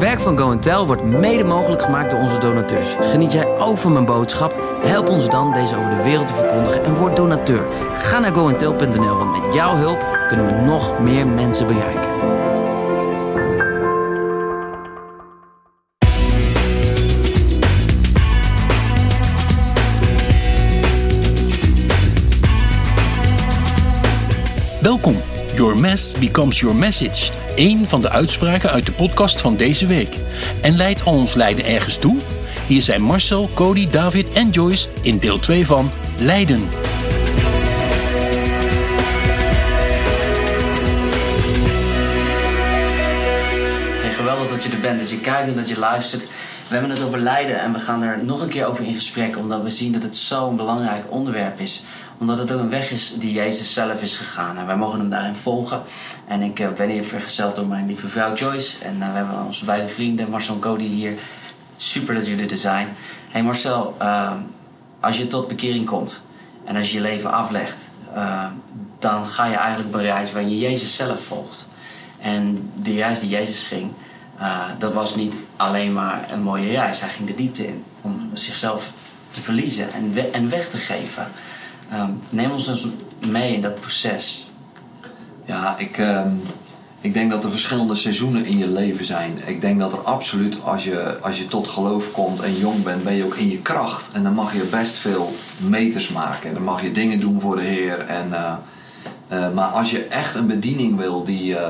werk van Go & Tell wordt mede mogelijk gemaakt door onze donateurs. Geniet jij ook van mijn boodschap? Help ons dan deze over de wereld te verkondigen en word donateur. Ga naar goandtell.nl, want met jouw hulp kunnen we nog meer mensen bereiken. Welkom. Your mess becomes your message. Eén van de uitspraken uit de podcast van deze week. En leidt al ons lijden ergens toe? Hier zijn Marcel, Cody, David en Joyce in deel 2 van Lijden. Hey, geweldig dat je er bent, dat je kijkt en dat je luistert. We hebben het over lijden en we gaan er nog een keer over in gesprek, omdat we zien dat het zo'n belangrijk onderwerp is. Omdat het ook een weg is die Jezus zelf is gegaan en wij mogen hem daarin volgen. En ik ben hier vergezeld door mijn lieve vrouw Joyce en we hebben onze beide vrienden Marcel en Cody hier. Super dat jullie er zijn. Hey Marcel, als je tot bekering komt en als je je leven aflegt, dan ga je eigenlijk op een reis waarin je Jezus zelf volgt. En die reis die Jezus ging, dat was niet alleen maar een mooie reis. Hij ging de diepte in om zichzelf te verliezen en weg te geven. Neem ons dus mee in dat proces. Ja, ik denk dat er verschillende seizoenen in je leven zijn. Ik denk dat er absoluut, als je tot geloof komt en jong bent, ben je ook in je kracht. En dan mag je best veel meters maken. Dan mag je dingen doen voor de Heer. Maar als je echt een bediening wil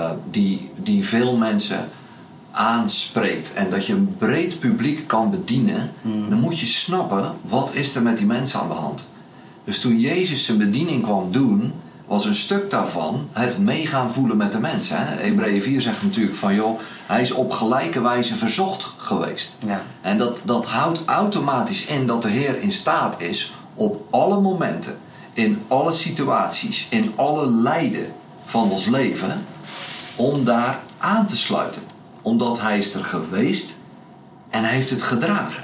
die veel mensen aanspreekt en dat je een breed publiek kan bedienen, dan moet je snappen, wat is er met die mensen aan de hand? Dus toen Jezus zijn bediening kwam doen, was een stuk daarvan het meegaan voelen met de mensen. Hebreeën 4 zegt natuurlijk van, joh, hij is op gelijke wijze verzocht geweest. Ja. En dat houdt automatisch in dat de Heer in staat is op alle momenten, in alle situaties, in alle lijden van ons leven, om daar aan te sluiten. Omdat hij is er geweest en hij heeft het gedragen.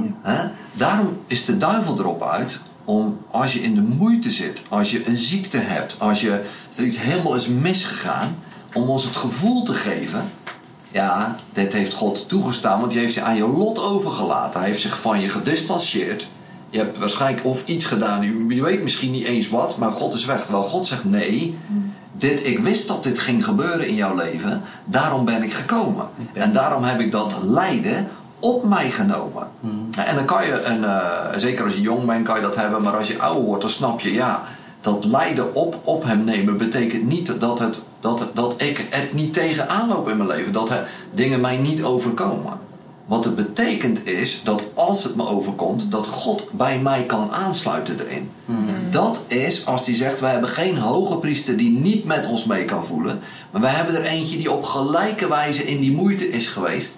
Daarom is de duivel erop uit om, als je in de moeite zit, als je een ziekte hebt, als er iets helemaal is misgegaan, om ons het gevoel te geven, ja, dit heeft God toegestaan, want hij heeft je aan je lot overgelaten. Hij heeft zich van je gedistanceerd. Je hebt waarschijnlijk of iets gedaan, je weet misschien niet eens wat, maar God is weg. Terwijl God zegt, nee, ik wist dat dit ging gebeuren in jouw leven, daarom ben ik gekomen. En daarom heb ik dat lijden op mij genomen. En dan kan je, zeker als je jong bent kan je dat hebben, maar als je ouder wordt, dan snap je, ja, dat lijden op hem nemen betekent niet dat ik het niet tegenaan loop in mijn leven, dat dingen mij niet overkomen. Wat het betekent is dat als het me overkomt, dat God bij mij kan aansluiten erin. Dat is als hij zegt, wij hebben geen hoge priester die niet met ons mee kan voelen, maar wij hebben er eentje die op gelijke wijze in die moeite is geweest.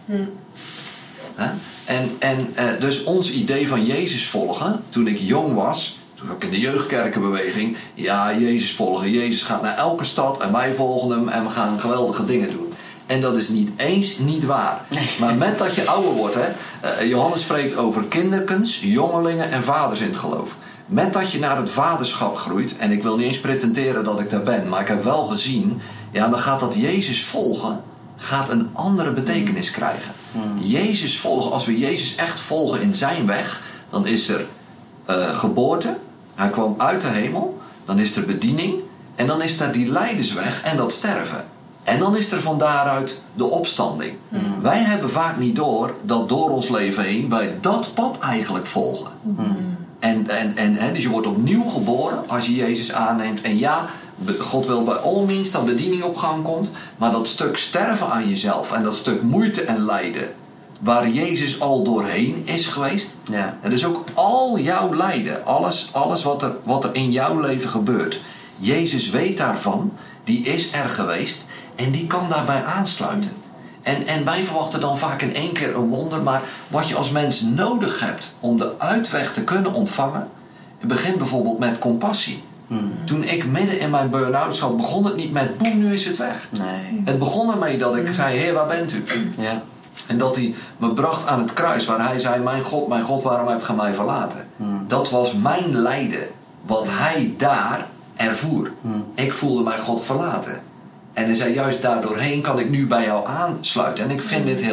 Dus ons idee van Jezus volgen, toen ik jong was, toen zat ik in de jeugdkerkenbeweging, ja, Jezus volgen, Jezus gaat naar elke stad en wij volgen hem en we gaan geweldige dingen doen. En dat is niet eens niet waar. Nee. Maar met dat je ouder wordt, Johannes spreekt over kinderkens, jongelingen en vaders in het geloof. Met dat je naar het vaderschap groeit, en ik wil niet eens pretenderen dat ik daar ben, maar ik heb wel gezien, ja, dan gaat dat Jezus volgen, gaat een andere betekenis krijgen. Jezus volgen, als we Jezus echt volgen in zijn weg, dan is er geboorte, hij kwam uit de hemel, dan is er bediening en dan is er die lijdensweg en dat sterven. En dan is er van daaruit de opstanding. Wij hebben vaak niet door ons leven heen wij dat pad eigenlijk volgen. Dus je wordt opnieuw geboren als je Jezus aanneemt. En ja, God wil bij all means dat bediening op gang komt. Maar dat stuk sterven aan jezelf en dat stuk moeite en lijden, waar Jezus al doorheen is geweest. Ja. En dus ook al jouw lijden, alles wat er in jouw leven gebeurt. Jezus weet daarvan, die is er geweest en die kan daarbij aansluiten. En wij verwachten dan vaak in één keer een wonder, maar wat je als mens nodig hebt om de uitweg te kunnen ontvangen, het begint bijvoorbeeld met compassie. Toen ik midden in mijn burn-out zat, begon het niet met boem, nu is het weg. Nee. Het begon ermee dat ik zei, Heer, waar bent u? Ja. En dat hij me bracht aan het kruis, waar hij zei, mijn God, waarom hebt gij mij verlaten? Dat was mijn lijden, wat hij daar ervoer. Ik voelde mij God verlaten. En hij zei, juist daardoorheen kan ik nu bij jou aansluiten. En ik vind dit heel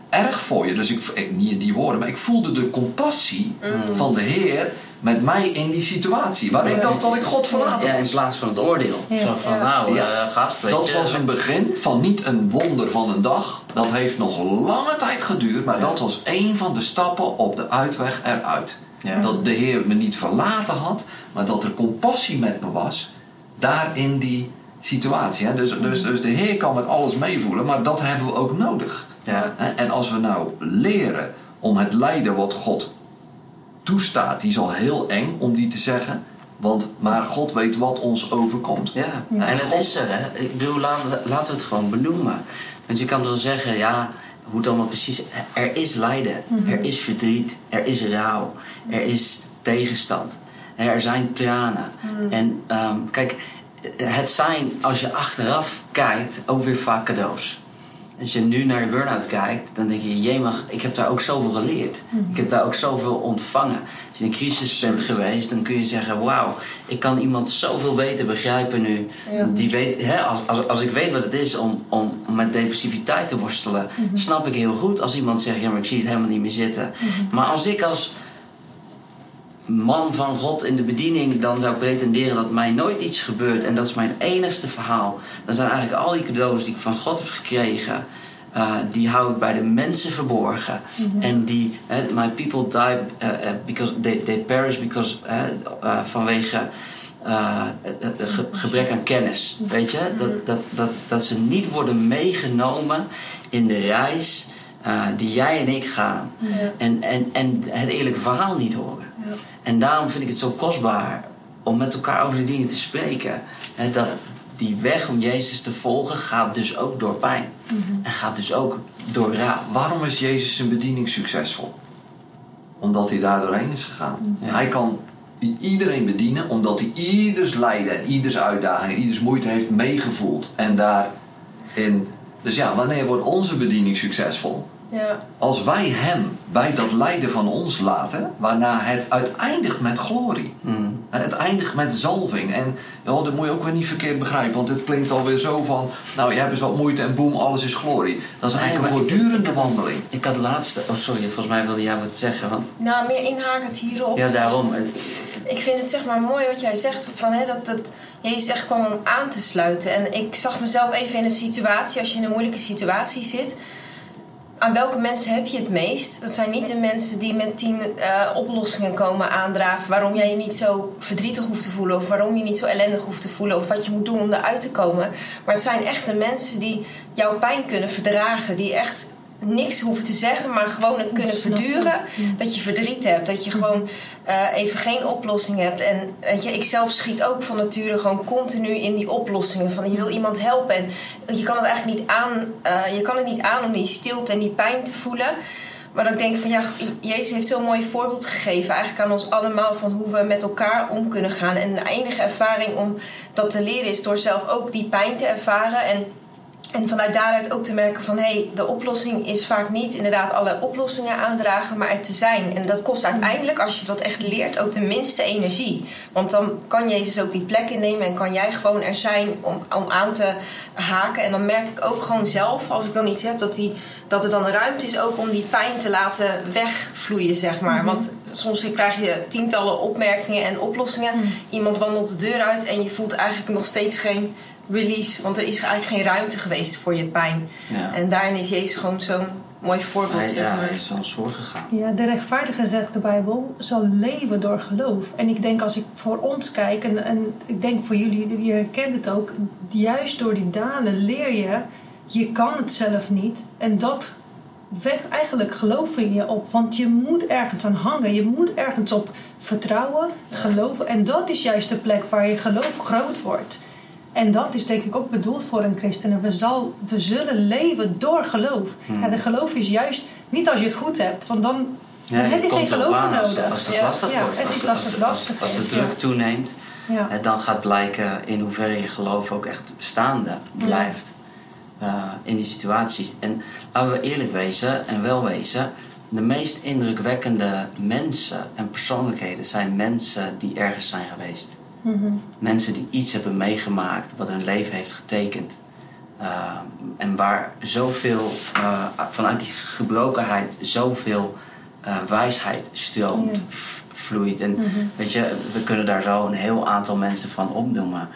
erg voor je. Dus niet die woorden, maar ik voelde de compassie van de Heer met mij in die situatie. Waar ik dacht dat ik God verlaten was. In plaats van het oordeel. Zo van, gast, weet dat je. was een begin van niet een wonder van een dag. Dat heeft nog lange tijd geduurd. Maar dat was één van de stappen op de uitweg eruit. Ja. Dat de Heer me niet verlaten had. Maar dat er compassie met me was. Daar in die situatie. Hè? Dus de Heer kan met alles meevoelen. Maar dat hebben we ook nodig. Ja. En als we nou leren om het lijden wat God toestaat, die is al heel eng om die te zeggen. Maar God weet wat ons overkomt. Ja. En het is er, hè. Ik bedoel, laten we het gewoon benoemen. Want je kan wel zeggen, hoe het allemaal precies. Er is lijden, er is verdriet, er is rouw, er is tegenstand, er zijn tranen. En kijk, het zijn, als je achteraf kijkt, ook weer vaak cadeaus. Als je nu naar je burn-out kijkt, dan denk je, jemig, ik heb daar ook zoveel geleerd. Ik heb daar ook zoveel ontvangen. Als je in een crisis bent geweest, dan kun je zeggen, wauw, ik kan iemand zoveel beter begrijpen nu. Ja. Die weet, als ik weet wat het is om met depressiviteit te worstelen, snap ik heel goed als iemand zegt, ja, maar ik zie het helemaal niet meer zitten. Maar als ik als man van God in de bediening dan zou pretenderen dat mij nooit iets gebeurt en dat is mijn enigste verhaal, dan zijn eigenlijk al die cadeaus die ik van God heb gekregen, die hou ik bij de mensen verborgen. En die, my people die because they perish because vanwege gebrek aan kennis. Weet je, dat ze niet worden meegenomen in de reis die jij en ik gaan. En het eerlijke verhaal niet horen. Ja. En daarom vind ik het zo kostbaar om met elkaar over die dingen te spreken. Dat die weg om Jezus te volgen gaat dus ook door pijn. En gaat dus ook door rouw. Waarom is Jezus zijn bediening succesvol? Omdat hij daar doorheen is gegaan. Ja. Hij kan iedereen bedienen omdat hij ieders lijden en ieders uitdaging en ieders moeite heeft meegevoeld. En daarin. Dus wanneer wordt onze bediening succesvol? Ja. Als wij hem bij dat lijden van ons laten, waarna het uiteindigt met glorie. En het eindigt met zalving. En dat moet je ook weer niet verkeerd begrijpen, want het klinkt alweer zo van, nou je hebt eens wat moeite en boem, alles is glorie. Dat is eigenlijk een voortdurende wandeling. Ik had laatste, volgens mij wilde jij wat zeggen. Want... Nou, meer inhakend hierop. Ja, daarom. Ik vind het zeg maar mooi wat jij zegt, van, dat Jezus echt kwam om aan te sluiten. En ik zag mezelf even in een situatie, als je in een moeilijke situatie zit. Aan welke mensen heb je het meest? Dat zijn niet de mensen die met 10 oplossingen komen aandraven waarom jij je niet zo verdrietig hoeft te voelen of waarom je niet zo ellendig hoeft te voelen of wat je moet doen om eruit te komen. Maar het zijn echt de mensen die jouw pijn kunnen verdragen, die echt niks hoeven te zeggen, maar gewoon het kunnen verduren. Dat je verdriet hebt, dat je gewoon even geen oplossing hebt. En weet je, ik zelf schiet ook van nature gewoon continu in die oplossingen. Van je wil iemand helpen en je kan het eigenlijk niet aan. Je kan het niet aan om die stilte en die pijn te voelen. Maar dan denk ik van Jezus heeft zo'n mooi voorbeeld gegeven eigenlijk aan ons allemaal van hoe we met elkaar om kunnen gaan. En de enige ervaring om dat te leren is door zelf ook die pijn te ervaren en vanuit daaruit ook te merken van de oplossing is vaak niet inderdaad alle oplossingen aandragen, maar er te zijn. En dat kost uiteindelijk, als je dat echt leert, ook de minste energie. Want dan kan Jezus ook die plek innemen en kan jij gewoon er zijn om aan te haken. En dan merk ik ook gewoon zelf, als ik dan iets heb, dat er dan ruimte is ook om die pijn te laten wegvloeien, zeg maar. Want soms krijg je tientallen opmerkingen en oplossingen. Iemand wandelt de deur uit en je voelt eigenlijk nog steeds geen release, want er is eigenlijk geen ruimte geweest voor je pijn. Ja. En daarin is Jezus gewoon zo'n mooi voorbeeld. Zeg maar. Hij is ons voorgegaan. Ja, de rechtvaardige, zegt de Bijbel, zal leven door geloof. En ik denk, als ik voor ons kijk, en ik denk voor jullie, je herkent het ook, juist door die dalen leer je kan het zelf niet. En dat wekt eigenlijk geloof in je op. Want je moet ergens aan hangen. Je moet ergens op vertrouwen, geloven. En dat is juist de plek waar je geloof groot wordt. En dat is denk ik ook bedoeld voor een christen. En we zullen leven door geloof. En de geloof is juist niet als je het goed hebt. Want dan heb je geen geloof meer nodig. Als het lastig wordt. Als de druk toeneemt. Dan gaat blijken in hoeverre je geloof ook echt staande blijft. In die situaties. En laten we eerlijk wezen en wel wezen. De meest indrukwekkende mensen en persoonlijkheden zijn mensen die ergens zijn geweest. Mensen die iets hebben meegemaakt wat hun leven heeft getekend. En waar zoveel, vanuit die gebrokenheid, zoveel wijsheid stroomt, vloeit. En weet je, we kunnen daar zo een heel aantal mensen van opnoemen.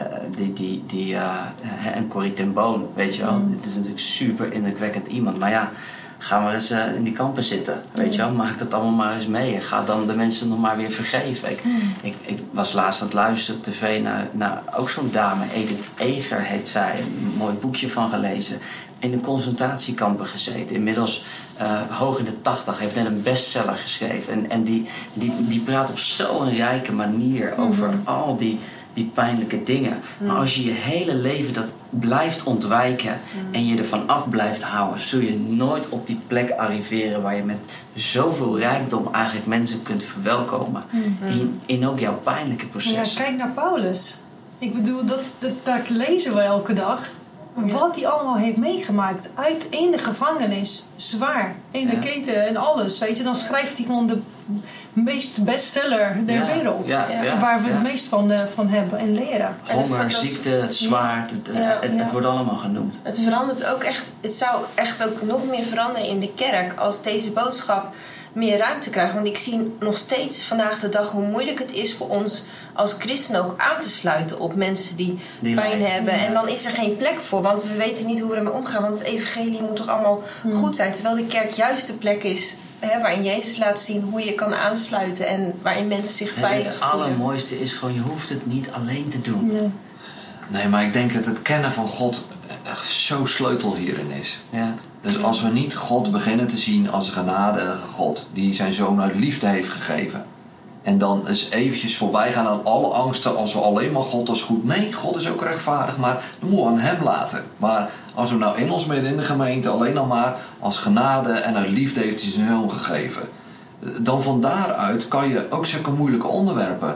En Corrie ten Boom, weet je wel. Het is natuurlijk super indrukwekkend iemand. Maar ja, ga maar eens in die kampen zitten, weet je wel. Maak dat allemaal maar eens mee. En ga dan de mensen nog maar weer vergeven. Ik was laatst aan het luisteren op tv naar ook zo'n dame. Edith Eger heet zij. Een mooi boekje van gelezen. In de concentratiekampen gezeten. Inmiddels hoog in de 80. Heeft net een bestseller geschreven. En die praat op zo'n rijke manier over al die pijnlijke dingen. Maar als je je hele leven dat blijft ontwijken en je ervan af blijft houden, zul je nooit op die plek arriveren waar je met zoveel rijkdom eigenlijk mensen kunt verwelkomen. In ook jouw pijnlijke proces. Ja, kijk naar Paulus. Ik bedoel, daar lezen we elke dag. Wat hij allemaal heeft meegemaakt. In de gevangenis. Zwaar. In de keten en alles. Weet je, dan schrijft hij gewoon de meest bestseller der wereld. Waar we het meest van hebben en leren. Honger, ziekte, het zwaard. Het wordt allemaal genoemd. Het verandert ook echt. Het zou echt ook nog meer veranderen in de kerk als deze boodschap meer ruimte krijgt. Want ik zie nog steeds vandaag de dag hoe moeilijk het is voor ons als christenen ook aan te sluiten op mensen die pijn hebben. En dan is er geen plek voor, want we weten niet hoe we ermee omgaan. Want het evangelie moet toch allemaal goed zijn. Terwijl de kerk juist de plek is waarin Jezus laat zien hoe je kan aansluiten en waarin mensen zich veilig voelen. Het allermooiste is gewoon, je hoeft het niet alleen te doen. Nee, maar ik denk dat het kennen van God zo sleutel hierin is. Ja. Dus als we niet God beginnen te zien als een genadige God die zijn zoon uit liefde heeft gegeven. En dan eens eventjes voorbij gaan aan alle angsten als we alleen maar God als goed. Nee, God is ook rechtvaardig, maar dan moeten we aan hem laten. Maar als we nou in ons midden in de gemeente alleen al maar als genade en uit liefde heeft hij zijn zoon gegeven. Dan van daaruit kan je ook zulke moeilijke onderwerpen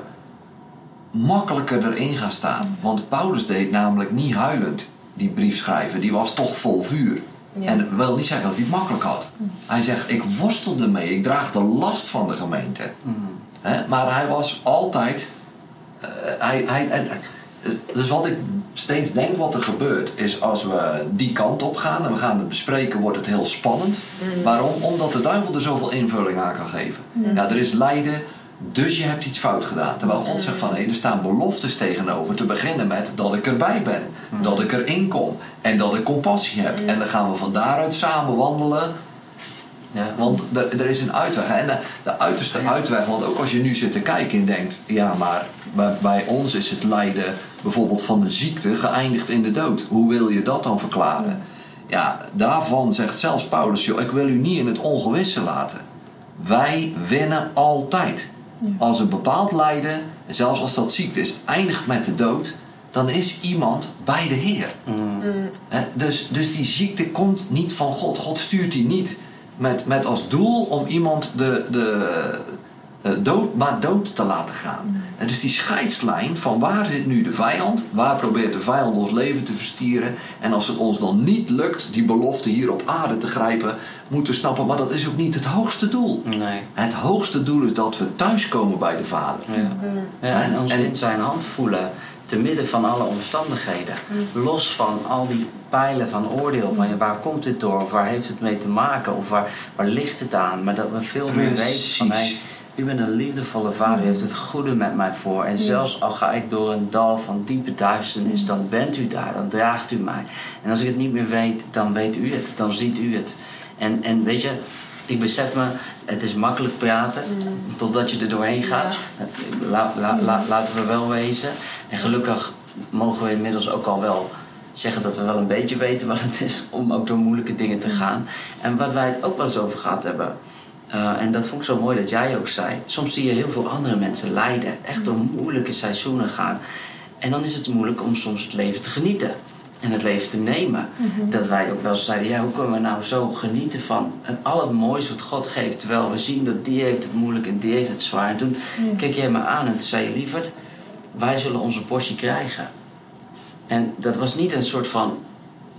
makkelijker erin gaan staan. Want Paulus deed namelijk niet huilend die brief schrijven. Die was toch vol vuur. Ja. En dat wil niet zeggen dat hij het makkelijk had. Hij zegt, ik worstelde mee. Ik draag de last van de gemeente. Maar hij was altijd... dus wat ik steeds denk wat er gebeurt... is als we die kant op gaan... en we gaan het bespreken, wordt het heel spannend. Waarom? Omdat de duivel er zoveel invulling aan kan geven. Ja, er is lijden... Dus je hebt iets fout gedaan. Terwijl God zegt van, er staan beloftes tegenover. Te beginnen met dat ik erbij ben. Dat ik erin kom. En dat ik compassie heb. En dan gaan we van daaruit samen wandelen. Ja. Want er is een uitweg. En de uiterste uitweg. Want ook als je nu zit te kijken en denkt... Ja, maar bij ons is het lijden bijvoorbeeld van de ziekte geëindigd in de dood. Hoe wil je dat dan verklaren? Ja, daarvan zegt zelfs Paulus... Joh, ik wil u niet in het ongewisse laten. Wij winnen altijd. Als een bepaald lijden, zelfs als dat ziekte is, eindigt met de dood, dan is iemand bij de Heer. Dus die ziekte komt niet van God. God stuurt die niet met als doel om iemand dood te laten gaan. En dus die scheidslijn van waar zit nu de vijand, waar probeert de vijand ons leven te verstieren, en als het ons dan niet lukt die belofte hier op aarde te grijpen, moeten we snappen, maar dat is ook niet het hoogste doel. Nee. Het hoogste doel is dat we thuiskomen bij de Vader. En ons in zijn hand voelen te midden van alle omstandigheden. Los van al die pijlen van oordeel. Van waar komt dit door? Of waar heeft het mee te maken? Of waar ligt het aan? Maar dat we veel meer weten van... U bent een liefdevolle Vader, u heeft het goede met mij voor. En zelfs al ga ik door een dal van diepe duisternis, dan bent u daar, dan draagt u mij. En als ik het niet meer weet, dan weet u het, dan ziet u het. En weet je, ik besef me, het is makkelijk praten, totdat je er doorheen gaat. Laten we wel wezen. En gelukkig mogen we inmiddels ook al wel zeggen dat we wel een beetje weten wat het is om ook door moeilijke dingen te gaan. En wat wij het ook wel eens over gehad hebben... en dat vond ik zo mooi dat jij ook zei. Soms zie je heel veel andere mensen lijden. Echt door moeilijke seizoenen gaan. En dan is het moeilijk om soms het leven te genieten. En het leven te nemen. Dat wij ook wel zeiden. Ja, hoe kunnen we nou zo genieten van al het moois wat God geeft. Terwijl we zien dat die heeft het moeilijk en die heeft het zwaar. En toen keek jij me aan en toen zei je... Lieverd, wij zullen onze portie krijgen. En dat was niet een soort van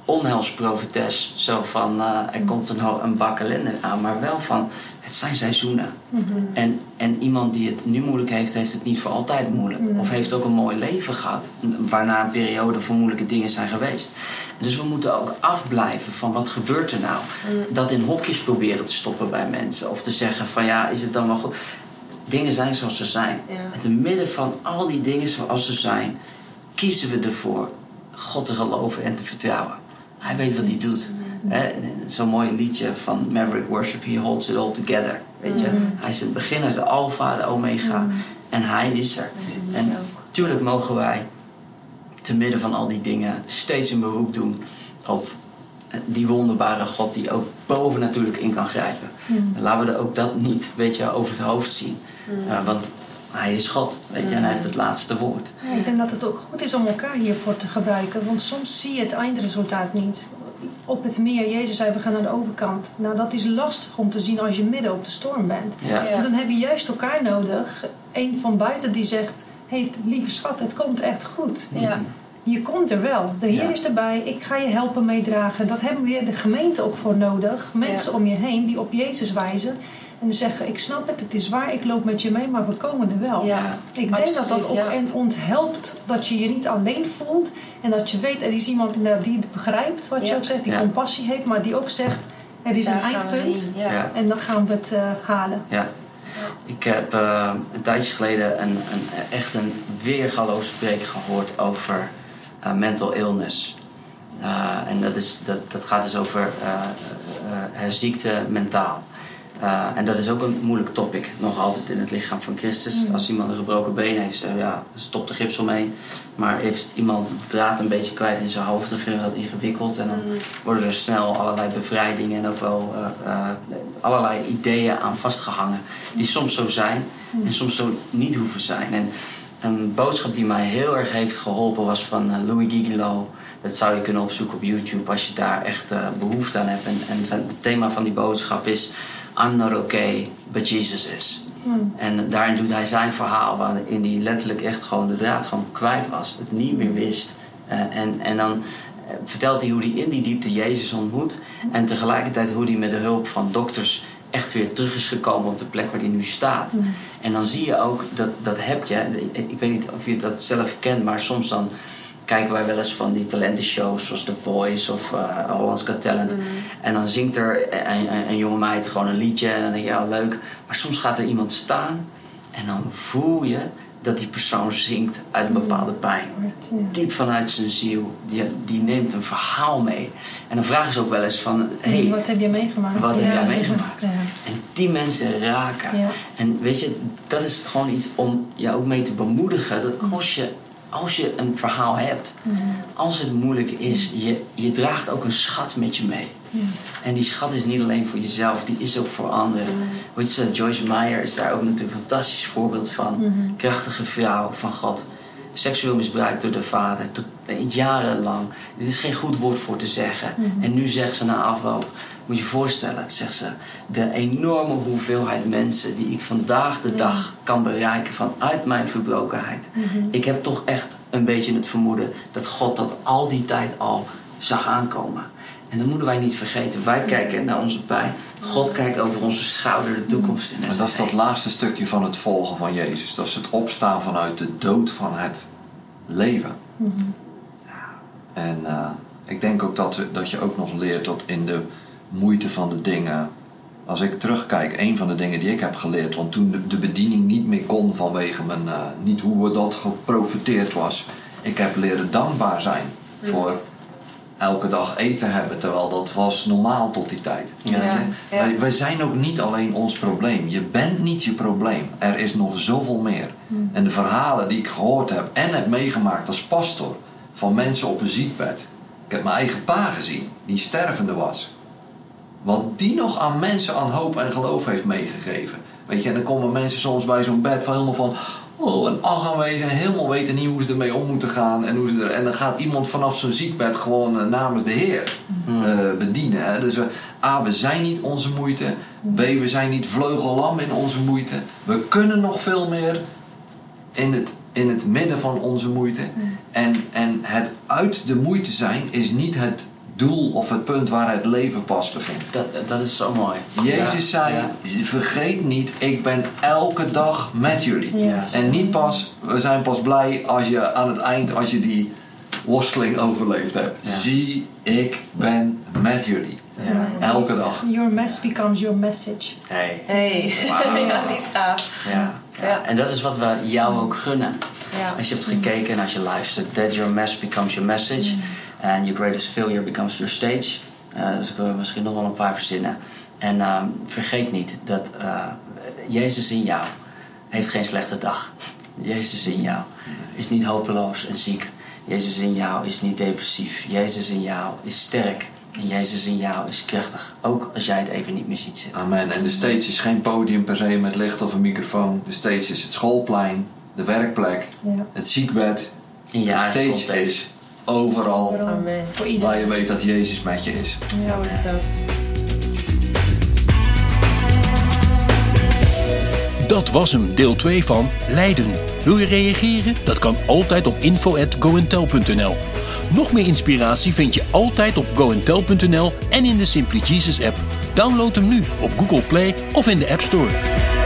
onheilsprofetes. Zo van, er komt een bak ellende aan. Maar wel van, het zijn seizoenen. Mm-hmm. En iemand die het nu moeilijk heeft het niet voor altijd moeilijk. Nee. Of heeft ook een mooi leven gehad. Waarna een periode van moeilijke dingen zijn geweest. Dus we moeten ook afblijven van wat gebeurt er nou. Dat in hokjes proberen te stoppen bij mensen. Of te zeggen van ja, is het dan wel goed. Dingen zijn zoals ze zijn. Ja. En te midden van al die dingen zoals ze zijn, kiezen we ervoor God te geloven en te vertrouwen. Hij weet wat hij doet. Zo'n mooi liedje van Maverick Worship, He holds it all together. Weet je? Hij is het begin, hij is de alfa, de omega. En hij is er. En natuurlijk mogen wij te midden van al die dingen steeds een beroep doen op die wonderbare God die ook boven natuurlijk in kan grijpen. Laten we ook dat niet, weet je, over het hoofd zien. Want hij is God, weet je, en hij heeft het laatste woord. Ja, ik denk dat het ook goed is om elkaar hiervoor te gebruiken. Want soms zie je het eindresultaat niet. Op het meer, Jezus zei, we gaan naar de overkant. Nou, dat is lastig om te zien als je midden op de storm bent. Ja. En dan heb je juist elkaar nodig. Eén van buiten die zegt, hé, lieve schat, het komt echt goed. Ja. Je komt er wel. De Heer is erbij. Ik ga je helpen meedragen. Dat hebben we de gemeente ook voor nodig. Mensen om je heen die op Jezus wijzen. En zeggen, ik snap het, het is waar, ik loop met je mee, maar we komen er wel. Ja, Ik denk dat dat ook ja. en onthelpt dat je je niet alleen voelt. En dat je weet, er is iemand die het begrijpt, wat je ook zegt, die compassie heeft. Maar die ook zegt, er is Daar een gaan we eindpunt. heen, ja. En dan gaan we het halen. Ja. Ik heb een tijdje geleden echt een weergaloze preek gehoord over mental illness. En dat gaat dus over ziekte mentaal. En dat is ook een moeilijk topic, nog altijd in het lichaam van Christus. Als iemand een gebroken been heeft, stop de gips omheen. Maar heeft iemand de draad een beetje kwijt in zijn hoofd, dan vinden we dat ingewikkeld. En dan worden er snel allerlei bevrijdingen en ook wel allerlei ideeën aan vastgehangen. Die soms zo zijn en soms zo niet hoeven zijn. En een boodschap die mij heel erg heeft geholpen was van Louis Gigolo. Dat zou je kunnen opzoeken op YouTube als je daar echt behoefte aan hebt. En het thema van die boodschap is I'm not okay, but Jesus is. En daarin doet hij zijn verhaal waarin hij letterlijk echt gewoon de draad gewoon kwijt was. Het niet meer wist. En dan vertelt hij hoe hij in die diepte Jezus ontmoet. En tegelijkertijd hoe hij met de hulp van dokters echt weer terug is gekomen op de plek waar hij nu staat. En dan zie je ook, dat heb je. Ik weet niet of je dat zelf kent, maar soms dan kijken wij wel eens van die talentenshows zoals The Voice of Holland's Got Talent. En dan zingt er een jonge meid gewoon een liedje en dan denk je, ja, leuk. Maar soms gaat er iemand staan en dan voel je dat die persoon zingt uit een bepaalde pijn. Diep vanuit zijn ziel. Die neemt een verhaal mee. En dan vragen ze ook wel eens van, hey, wat heb je meegemaakt? Wat heb jij meegemaakt? Ja. En die mensen raken. Ja. En weet je, dat is gewoon iets om je ook mee te bemoedigen. Dat als je een verhaal hebt, als het moeilijk is, je draagt ook een schat met je mee. En die schat is niet alleen voor jezelf, die is ook voor anderen. Weet je, Joyce Meyer is daar ook natuurlijk een fantastisch voorbeeld van. Krachtige vrouw van God. Seksueel misbruikt door de vader, jarenlang. Dit is geen goed woord voor te zeggen. En nu zegt ze na afloop, moet je je voorstellen, zegt ze, de enorme hoeveelheid mensen die ik vandaag de dag kan bereiken vanuit mijn verbrokenheid. Ik heb toch echt een beetje het vermoeden dat God dat al die tijd al zag aankomen. En dat moeten wij niet vergeten. Wij kijken naar onze pijn. God kijkt over onze schouder de toekomst in. Maar dat is dat laatste stukje van het volgen van Jezus. Dat is het opstaan vanuit de dood van het leven. En ik denk ook dat je ook nog leert dat in de moeite van de dingen. Als ik terugkijk, een van de dingen die ik heb geleerd. Want toen de bediening niet meer kon vanwege mijn, niet hoe dat geprofiteerd was. Ik heb leren dankbaar zijn voor elke dag eten hebben. Terwijl dat was normaal tot die tijd. Wij zijn ook niet alleen ons probleem. Je bent niet je probleem. Er is nog zoveel meer. En de verhalen die ik gehoord heb en heb meegemaakt als pastor. Van mensen op een ziekbed. Ik heb mijn eigen pa gezien. Die stervende was. Wat die nog aan mensen aan hoop en geloof heeft meegegeven. Weet je, en dan komen mensen soms bij zo'n bed van helemaal van en ach aanwezig en helemaal weten niet hoe ze ermee om moeten gaan. En dan gaat iemand vanaf zo'n ziekbed gewoon namens de Heer bedienen. Hè. Dus we zijn niet onze moeite. B, we zijn niet vleugellam in onze moeite. We kunnen nog veel meer in het midden van onze moeite. En het uit de moeite zijn is niet het doel of het punt waar het leven pas begint. Dat is zo mooi. Jezus zei, vergeet niet, ik ben elke dag met jullie. Yes. En niet pas, we zijn pas blij als je aan het eind, als je die worsteling overleefd hebt. Ja. Zie, ik ben met jullie. Ja. Elke dag. Your mess becomes your message. Hey. Wauw. Ja, die is gaaf. Ja. Ja. En dat is wat we jou ook gunnen. Ja. Als je hebt gekeken en als je luistert, that your mess becomes your message. And your greatest failure becomes your stage. Dus ik wil misschien nog wel een paar verzinnen. En vergeet niet dat Jezus in jou heeft geen slechte dag. Jezus in jou is niet hopeloos en ziek. Jezus in jou is niet depressief. Jezus in jou is sterk. En Jezus in jou is krachtig. Ook als jij het even niet meer ziet zitten. Amen. En de stage is geen podium per se met licht of een microfoon. De stage is het schoolplein, de werkplek, het ziekbed. In je De eigen stage context. is overal Amen. Voor waar iedereen. je weet dat Jezus met je is. Zo is dat. Dat was hem, deel 2 van Leiden. Wil je reageren? Dat kan altijd op info@goandtell.nl. Nog meer inspiratie vind je altijd op goandtell.nl en in de Simply Jesus app. Download hem nu op Google Play of in de App Store.